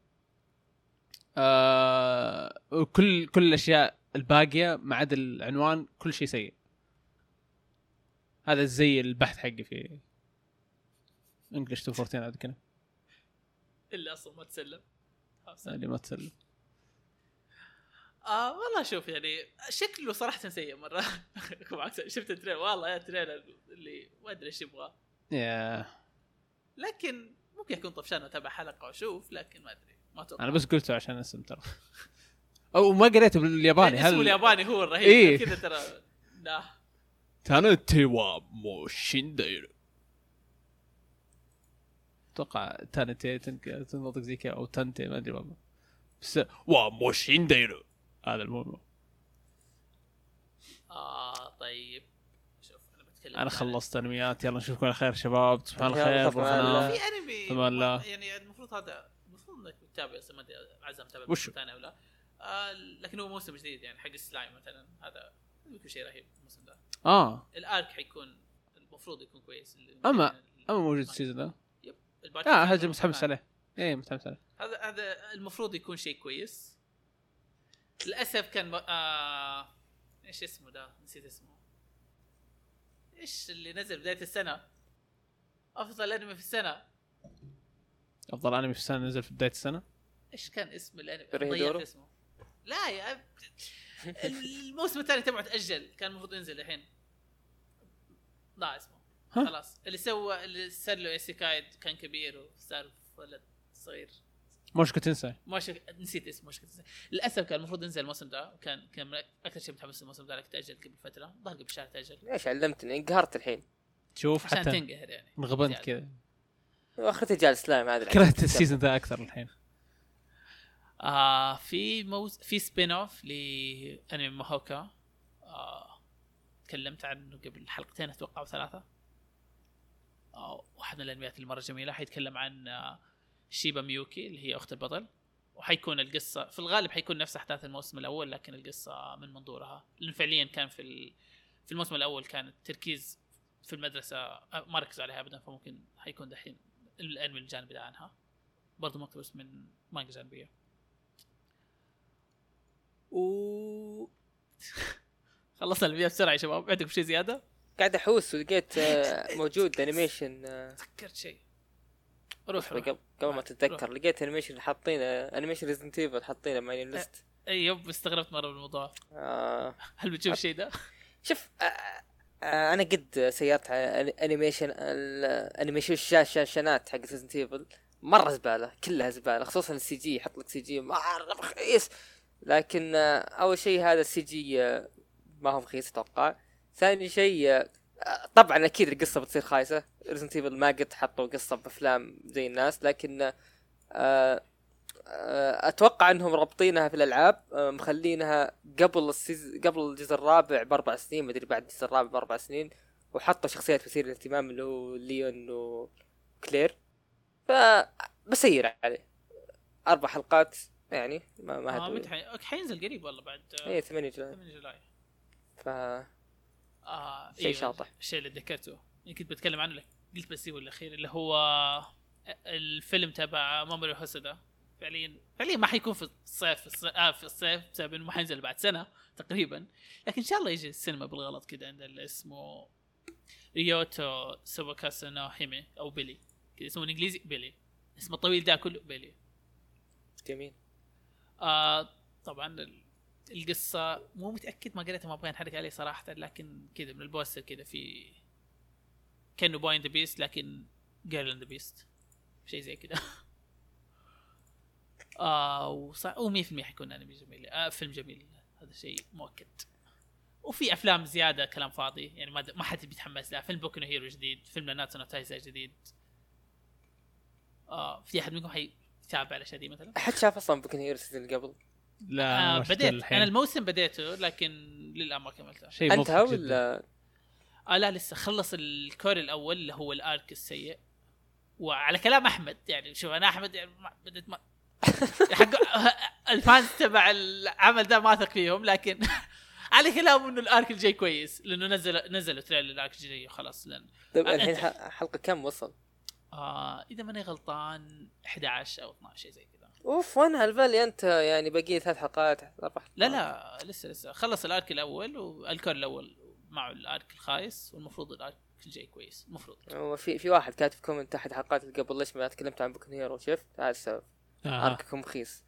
وكل الاشياء الباقيه ما عدا العنوان كل شيء سيء. هذا زي البحث حقي في انجلش 214 هذا كنا اللي اصلا ما تسلم اللي ما تسلم. والله شوف يعني شكله صراحه سيء مره. شفت التريلر والله يا تريلر اللي ما ادري ايش يبغى لكن ممكن يكون طفشان وتابع حلقه واشوف لكن ما ادري ما اتوقع. انا بس قلته عشان اسم ترى او ما قريته بالياباني. هل اسمه الياباني هو الرهيب إيه؟ كذا ترى لا تانتي وا موشينديرو اتوقع تانتي تنطق زي كذا او تانتي ما ادري والله بس وا موشينديرو هذا المهم. طيب شوف انا بتكلم انا خلصت انميات. يلا نشوفكم على خير شباب. تصبحون على خير. في انمي تمام يعني المفروض انك تتابع ما ادري عزم تتابع وشو ثاني ولا لكن هو موسم جديد يعني حق السلايم مثلا هذا يمكن شيء رهيب الموسم ده. الارك حيكون المفروض يكون كويس. اما موجود السيزون ده. يب هذا متحمس عليه. ايه متحمس عليه. هذا المفروض يكون شيء كويس. للاسف كان ايش اسمه ده نسيت اسمه. ايش اللي نزل بداية السنة افضل انمي في السنة. افضل انمي في السنة نزل في بداية السنة. ايش كان اسم الانمي؟ ضيعت اسمه. لا يا الموسم الثاني تبعه تأجل كان المفروض ينزل الحين. ضاع اسمه خلاص. اللي صار له ايسيكاي كان كبير وصار ولد صغير. مشكلة تنسى. نسيت اسمه. مشكلة تنسى. للأسف كان المفروض ينزل الموسم ده وكان أكثر شيء متحمس الموسم ده لكن تأجل قبل فترة. ظهر قبل شهر تأجل. ايش علمتني انقهرت الحين. شوف عشان حتى تنقهر يعني. انغبنت كذا. واخرتي جالس سلايم هذا. كرهت السيزون ذا أكثر الحين. في سبين اوف لأنمي ماهوكا. تكلمت عنه قبل حلقتين اتوقع 3. واحد من الانميات المره جميله. حيتكلم عن شيبا ميوكي اللي هي اخت البطل وحيكون القصه في الغالب حيكون نفس احداث الموسم الاول لكن القصه من منظورها لان فعليا كان في الموسم الاول كان التركيز في المدرسه ما ركزوا عليها ابدا فممكن حيكون دحين الانمي الجانبي ده عنها برضه مقتبس من مانجا جانبيه. خلصنا الانميات بسرعه يا شباب. عندكم شيء زياده؟ قاعد احوس ولقيت موجود انيميشن. تذكرت شيء روح قبل ما تتذكر لقيت انيميشن حاطينه انيميشن ريزنت ايفل حاطينه معي الليست. ايوه استغربت مره بالموضوع. هل بتشوف شيء ده؟ شوف انا قد سيرت انيميشن الشاشات حق ريزنت ايفل مره زباله كلها زباله خصوصا السي جي يحط لك سي جي ما رخيص. لكن اول شيء هذا السي جي ما هو رخيص اتوقع. ثاني شيء طبعا اكيد القصه بتصير خايسه. ريزنت ايفل ما قد حطوا قصه بافلام زي الناس لكن اتوقع انهم رابطينها في الالعاب مخلينها قبل الجزء الرابع ب4 سنين ما ادري بعد الجزء الرابع ب4 سنين وحطوا شخصيات مثيره للاهتمام اللي هو ليون وكلير. فبسير عليه 4 حلقات يعني ما حينزل قريب والله بعد 8 جولاي. ف شيء أيوة شاطح. الشيء اللي ذكرته يمكن بتكلم عنه لك قلت بس هو الاخير اللي هو الفيلم تبع ماموري هوسودا. فعليا ما حيكون في الصيف بسبب انه ما حينزل بعد سنه تقريبا لكن ان شاء الله يجي السينما بالغلط كده عند اللي اسمه ريوتو سوبوكاسا نو هيمي او بيلي كده اسمه الانجليزي بيلي. اسمه الطويل ده كله بيلي. جميل. طبعا القصة مو متأكد ما قريتها ما أبغى نحرق عليه صراحة لكن كذا من البوستر كذا في كأنه بوي إن ذا بيست لكن جيرل إن ذا بيست شيء زي كذا. و100% حيكون أنمي جميل. فيلم جميل هذا شيء مؤكد. وفي أفلام زيادة كلام فاضي يعني ما حد بيتحمس له. فيلم بوكو نو هيرو جديد. فيلم ناتسو نو تايزاي جديد. في أحد منكم حيتابع على شيء مثلا؟ أحد شاف أصلا بوكو نو هيرو السنة قبل؟ لا بديت انا الموسم بديته لكن للان ما كملته. انت ولا لا لسه خلص الكور الاول اللي هو الارك السيء. وعلى كلام احمد يعني شوف انا احمد يعني بديت حق الفانز تبع العمل ده ما اثق فيهم لكن على كلام انه الارك الجاي كويس لانه نزلوا تريلر الارك الجاي خلاص لان طيب الحين حلقه كم وصل؟ اذا ماني غلطان 11 او 12 شيء زي كذا. اوف وين هالفالي انت يعني باقي 3 حلقات 4 حلقات؟ لا لسه خلص الارك الاول والكور الاول مع الارك الخايس والمفروض الارك الجاي كويس المفروض. هو في واحد كاتب كومنت تحت حلقات قبل ليش ما تكلمت عن بوكن هيرو شفت هذا السبب. ارككم رخيص.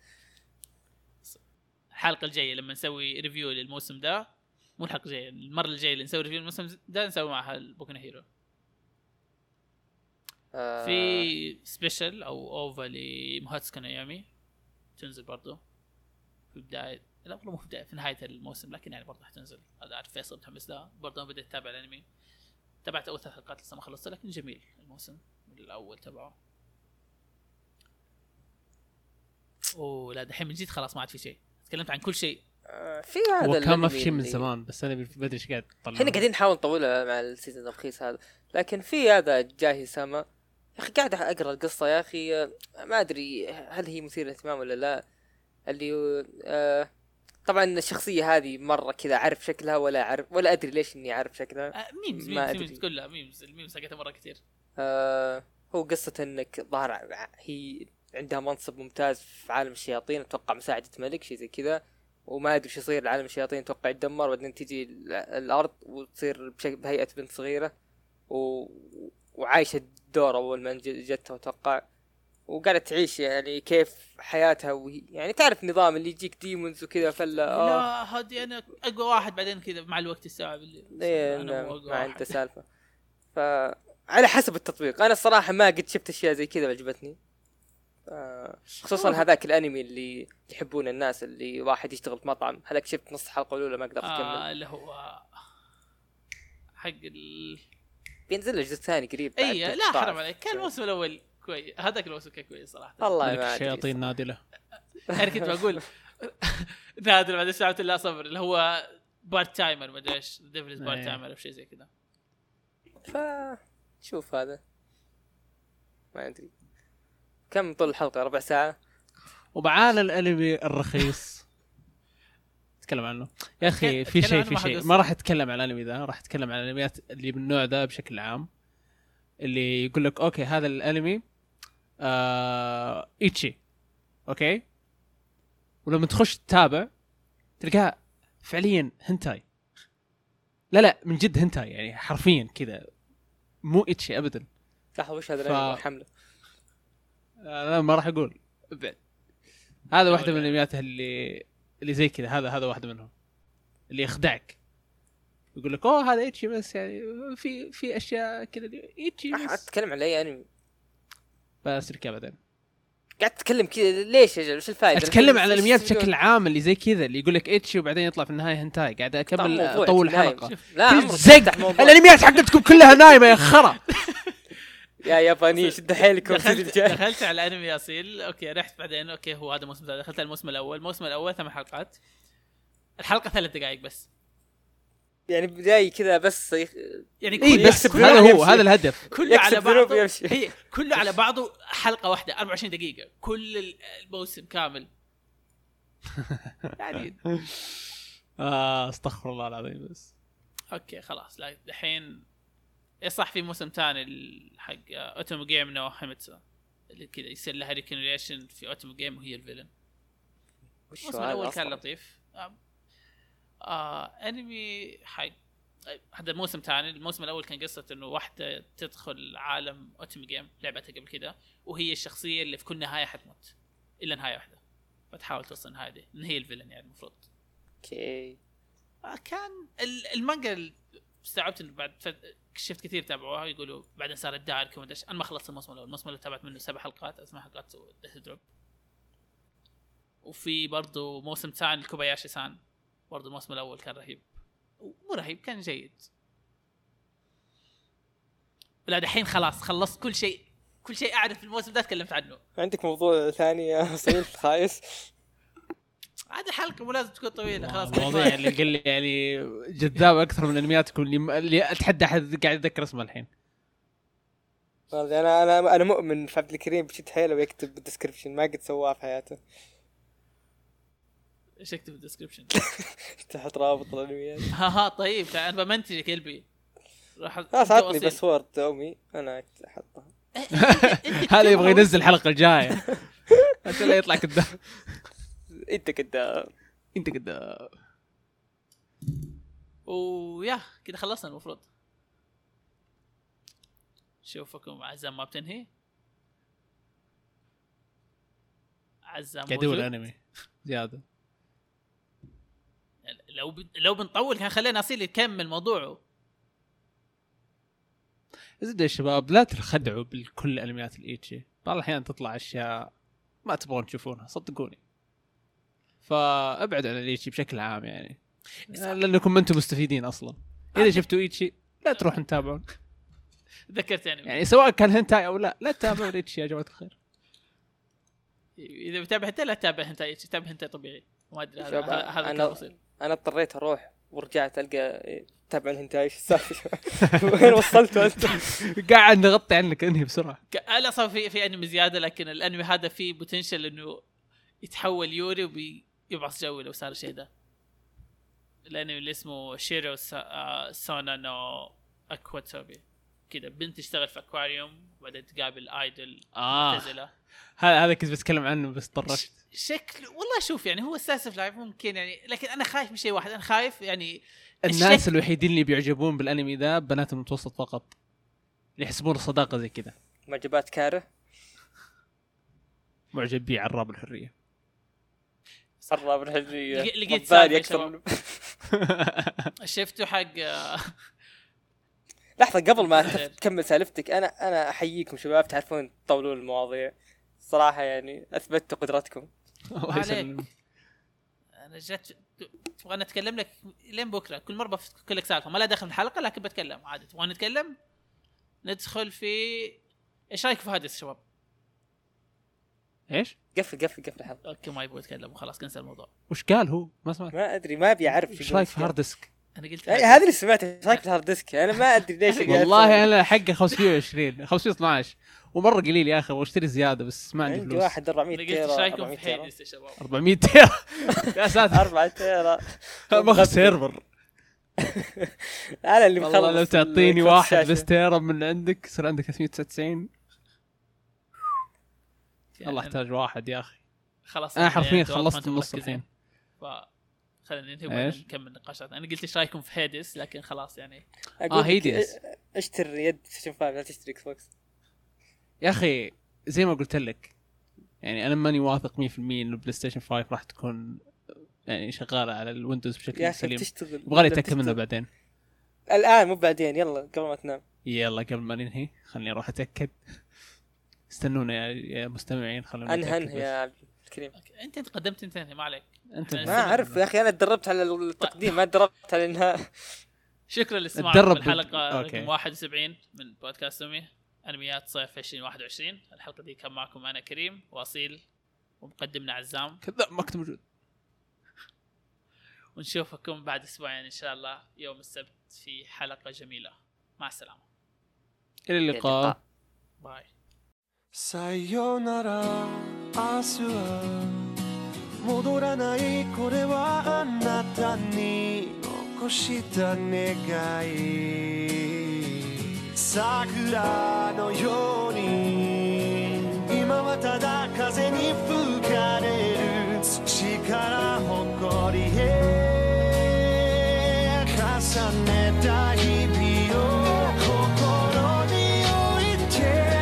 الحلقه الجايه لما نسوي ريفيو للموسم ده مو الحلقه الجايه المره الجايه اللي نسوي ريفيو للموسم ده نسوي معها البوكن هيرو. في سبيشل او اوفا لمهاتسكا نايامي تنزل برضو في بدايه لا والله مو في بدايه في نهايه الموسم لكن يعني برضو حتنزل. هذا عارف فيصل متحمس ده برضو. انا بديت اتابع الانمي تابعت اول 3 حلقات لسه ما خلصت لكن جميل الموسم الاول تبعه. لا دحين من جد خلاص ما عاد في شيء تكلمت عن كل شيء. في هذا وكان ما في شيء من زمان بس انا بدري ايش قاعد احنا قاعدين نحاول نطولها مع السيزون الرخيص هذا لكن في هذا جاهي سما يا اخي قاعد اقرا القصه يا اخي ما ادري هل هي مثيره اهتمام ولا لا. اللي طبعا الشخصيه هذه مره كذا اعرف شكلها ولا اعرف ولا ادري ليش اني اعرف شكلها. ميمز كلها الميمز حقتها مره كثير. هو قصه انك ظهر هي عندها منصب ممتاز في عالم الشياطين اتوقع مساعده ملك شيء زي كذا وما ادري ايش يصير لعالم الشياطين اتوقع يتدمر وبعدين تجي الارض وتصير بهيئه بنت صغيره وعايشه الدور اول ما جتها اتوقع وقاعده تعيش يعني كيف حياتها وهي يعني تعرف نظام اللي يجيك ديمونز وكذا فلا لا هذه انا اقوى واحد بعدين كذا مع الوقت الساعه اللي انا ما انت سالفه فعلى حسب التطبيق. انا الصراحه ما قد شفت اشياء زي كذا عجبتني خصوصا هذاك الانمي اللي يحبون الناس اللي واحد يشتغل في مطعم هذاك شفت نص حلقه الاولى ما قدرت اكمل. اللي هو حق بينزل الجزء الثاني قريب. لا حرام عليك كان الموسم الاول كويس هذاك الموسم كان كويس صراحه. والله ما الشياطين نادله انا كنت بقول نادل بعد ساعه لا صبر اللي هو بارت تايمر ما ادري ايش ديفلز بارت تايمر او شيء زي كذا. شوف هذا ما ادري كم طول الحلقه 4 ساعه وبعال الانمي الرخيص تكلم عنه يا اخي. في شيء ما راح اتكلم عن الانمي ذا راح اتكلم عن الانميات اللي من النوع ذا بشكل عام اللي يقول لك اوكي هذا الانمي ايتشي اوكي ولما تخش تتابع تلقاه فعليا هنتاي. لا من جد هنتاي يعني حرفيا كذا مو ايتشي ابدا. لحظه وش هذا الانمي حمله؟ لا ما راح اقول هذا واحده من الانميات اللي زي كذا. هذا واحده منهم اللي يخدعك يقول لك هذا ايتشي بس يعني في اشياء كذا ايتشي بس. اتكلم عن اي انمي بس لك ابدا قاعد تتكلم كذا ليش يا وش الفائده؟ اتكلم عن الانميات بشكل عام اللي زي كذا اللي يقول لك ايتشي وبعدين يطلع في النهايه هنتاي. قاعد اكمل اطول حلقه لا زق الانميات حقتكم كلها نايمه يا خرا يا ياباني شد حيلكم. دخلت على الانمي ياسيل اوكي رحت بعدين اوكي هو هذا الموسم دخلت على الموسم الاول 8 حلقات الحلقه 3 دقائق بس يعني بداية كذا بس يعني بس هذا الهدف كله على بعضه. هي كله على بعضه حلقه واحده 24 دقيقه كل الموسم كامل يعني استغفر الله العظيم. بس اوكي خلاص لا الحين صح في موسم ثاني حق اوتومو جيم نو هيمتسو اللي كذا يصير لها ريكونيشن في اوتومو جيم وهي الفيلن. الموسم الاول كان لطيف. انمي حق هذا الموسم الثاني. الموسم الاول كان قصه انه واحده تدخل عالم اوتومو جيم لعبتها قبل كده وهي الشخصيه اللي في كل نهايه حتموت الا نهايه واحده فتحاول توصل النهايه دي ان هي الفيلن يعني المفروض. اوكي كان المانجا استوعبت انه بعد شفت كثير تابعوها يقولوا بعدين صارت دارك وما ادري. انا ما خلصت الموسم الاول. الموسم الاول تابعت منه 7 حلقات 8 حلقات وديت دروب. وفي برضو موسم ثاني الكوباياشي سان برضو الموسم الاول كان رهيب مو رهيب كان جيد. لا دحين خلاص خلصت كل شيء اعرف الموسم ده تكلمت عنه. عندك موضوع ثاني يا صيل خايس؟ هذه الحلقه مو لازم تكون طويله خلاص. الموضوع اللي قال لي يعني جذاب اكثر من انمياتكم اللي اتحدى احد قاعد يذكر اسمه الحين. انا مؤمن في عبد الكريم بشد حيله ويكتب بالديسكربشن ما قد سواه في حياته. ايش اكتب الديسكربشن؟ تحط رابط الانميات. ها طيب انا بمنتج كلبي راح عطني باسورد امي انا احطها. هذا يبغى ينزل الحلقه الجايه عشان لا يطلع كذاب. انت كذاب. ويا كده خلصنا المفروض. شوفكم عزام ما بتنهي. عزام قاعد انمي زياده. لو بنطول كان خلينا اصيل يكمل موضوعه. زد يا شباب لا تخدعوا بكل انميات الايتشي، بعض الاحيان تطلع اشياء ما تبغون تشوفونها صدقوني. فابعد عن الايتشي بشكل عام يعني لانكم ما انتم مستفيدين اصلا. اذا شفتوا ايتشي لا تروحوا تتابعون. ذكرت يعني سواء كان هنتاي او لا تتابعوا الايتشي يا جماعه الخير. اذا بتابع هنتاي لا تتابع هنتاي، تتابع هنتاي طبيعي. ما ادري هذا انا اضطريت اروح ورجعت القى تابع الهنتاي. ايش السالفه؟ وين وصلتوا انت؟ قاعد نغطي عنك انهي بسرعه. لا صار في انمي زياده، لكن الانمي هذا فيه بوتنشل انه يتحول يوري ويبعث جوي لو صار شيء ده. الانمي اللي اسمه شيرو سونا نو اكواتوبي، كده بنت تشتغل في اكواريوم وبعدين تقابل ايدل معتزله. هذا كنت بتكلم عنه بس طرشت. شكل والله شوف يعني هو الساسف لايف ممكن يعني، لكن انا خايف من شيء واحد. انا خايف يعني الناس الوحيدين اللي بيعجبون بالانمي ذا بنات المتوسط فقط اللي يحسبون الصداقه زي كذا. معجبات كاره معجب بي عراب الحريه. عراب الحريه لقيت بالي اكثر. شفتوا حق لحظه قبل ما تكمل سالفتك، انا احييكم شباب، تعرفون تطولون المواضيع صراحه، يعني اثبتوا قدرتكم. الله يسلمك. انا جت تبغى نتكلم لك لين بكره، كل مره بفكر لك سالفه ما لا دخل في الحلقه لكن بتكلم عادي. تبغى نتكلم ندخل في ايش رايك في هذا الشباب؟ ايش قفل الحلقه. اوكي ما يبغى يتكلم وخلاص كنسل الموضوع. وش قال هو؟ ما سمعت. ما ادري ما ابي اعرف ايش رايك في هارد ديسك. انا قلت هذا اللي سمعته. ايش رايك في هارد ديسك؟ انا ما ادري ليش. والله انا حقه 520 512 ومره قليل يا اخي، واشتري زياده بس ما عندي فلوس. عندي واحد 400 تيرا. ايش رايكم في هيدس يا شباب؟ 400 تيرا يا ساتر. 4 تيرا ماخذ سيرفر. انا اللي مخلص. والله لو تعطيني واحد بس تيرا من عندك يصير عندك 399. الله احتاج واحد يا اخي. خلاص انا حرفيا خلصت النص الحين. خلينا ننهي ونكمل نقاشات. انا قلت ايش رايكم في هيدس لكن خلاص يعني هيدس اشتري يد ستيشن 5 لا تشتري اكس بوكس يا اخي. زي ما قلت لك يعني انا ماني واثق 100% انه بلاي ستيشن 5 راح تكون يعني شغاله على الويندوز بشكل سليم. يبغى لي اتاكد منه بعدين. الان مو بعدين، يلا قبل ما تنام. يلا قبل ما ننهي خليني اروح اتاكد. استنونا يا مستمعين خلونا انهي يا عبد الكريم. انت قدمت انتهي ما عليك. انت ما اعرف يا اخي، انا تدربت على التقديم ما تدربت على الانهاء. شكرا للاستماع الحلقه رقم 71 من بودكاست سمي انميات صيف 2021. الحلقه دي كان معكم انا كريم واصيل ومقدمنا عزام. كذا ما كنت موجود. ونشوفكم بعد اسبوعين ان شاء الله يوم السبت في حلقه جميله. مع السلامه. الى اللقاء. باي. さよなら明日は戻らないこれはあなたに残した願い桜のように今はただ風に吹かれる土から誇りへ重ねた日々を心に置いて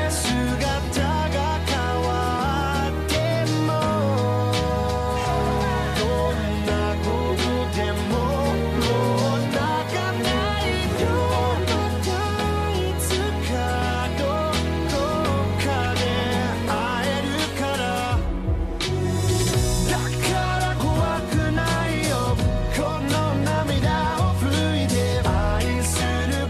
愛する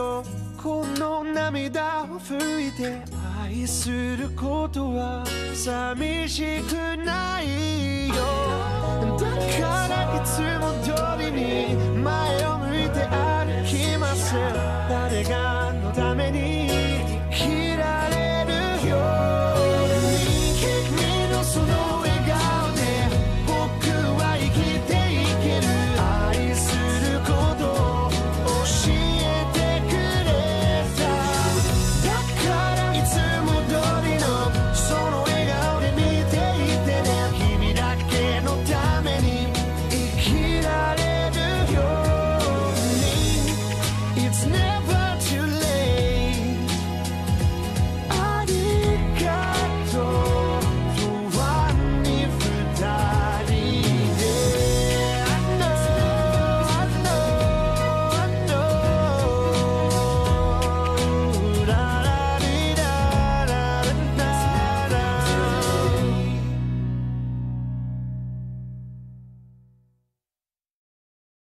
よこの涙を拭いて愛することは寂しくないよだからいつも通りに前を向いて歩きます誰が